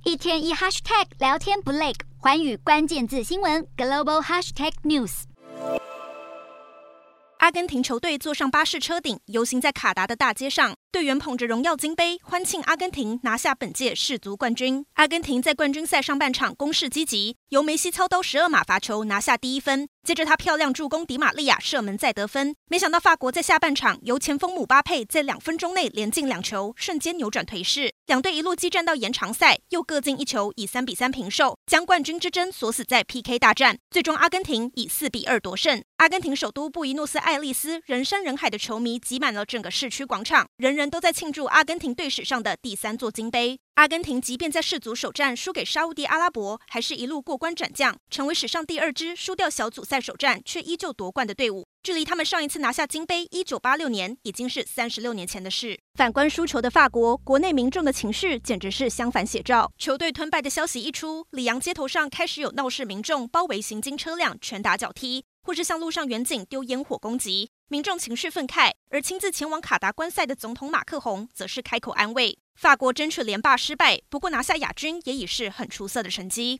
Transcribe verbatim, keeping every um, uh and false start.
一天一 hashtag 聊天不累，寰宇关键字新闻 global hashtag news。 阿根廷球队坐上巴士车顶，游行在卡达的大街上，队员捧着荣耀金杯，欢庆阿根廷拿下本届世足冠军。阿根廷在冠军赛上半场攻势积极，由梅西操刀十二码罚球拿下第一分，接着他漂亮助攻迪玛利亚射门再得分。没想到法国在下半场由前锋姆巴佩在两分钟内连进两球，瞬间扭转颓势。两队一路激战到延长赛，又各进一球，以三比三平手，将冠军之争锁死在 P K 大战。最终阿根廷以四比二夺胜。阿根廷首都布宜诺斯艾利斯，人山人海的球迷挤满了整个市区广场，人人都在庆祝阿根廷队史上的第三座金杯。阿根廷即便在世足首战输给沙烏地阿拉伯，还是一路过关斩将，成为史上第二支输掉小组赛首战却依旧夺冠的队伍。距离他们上一次拿下金杯一九八六年已经是三十六年前的事。反观输球的法国，国内民众的情绪简直是相反写照。球队吞败的消息一出，里昂街头上开始有闹事民众包围行经车辆，拳打脚踢，或是向路上远景丢烟火攻击，民众情绪愤慨。而亲自前往卡达观赛的总统马克宏则是开口安慰。法国争取连霸失败，不过拿下亚军也已是很出色的成绩。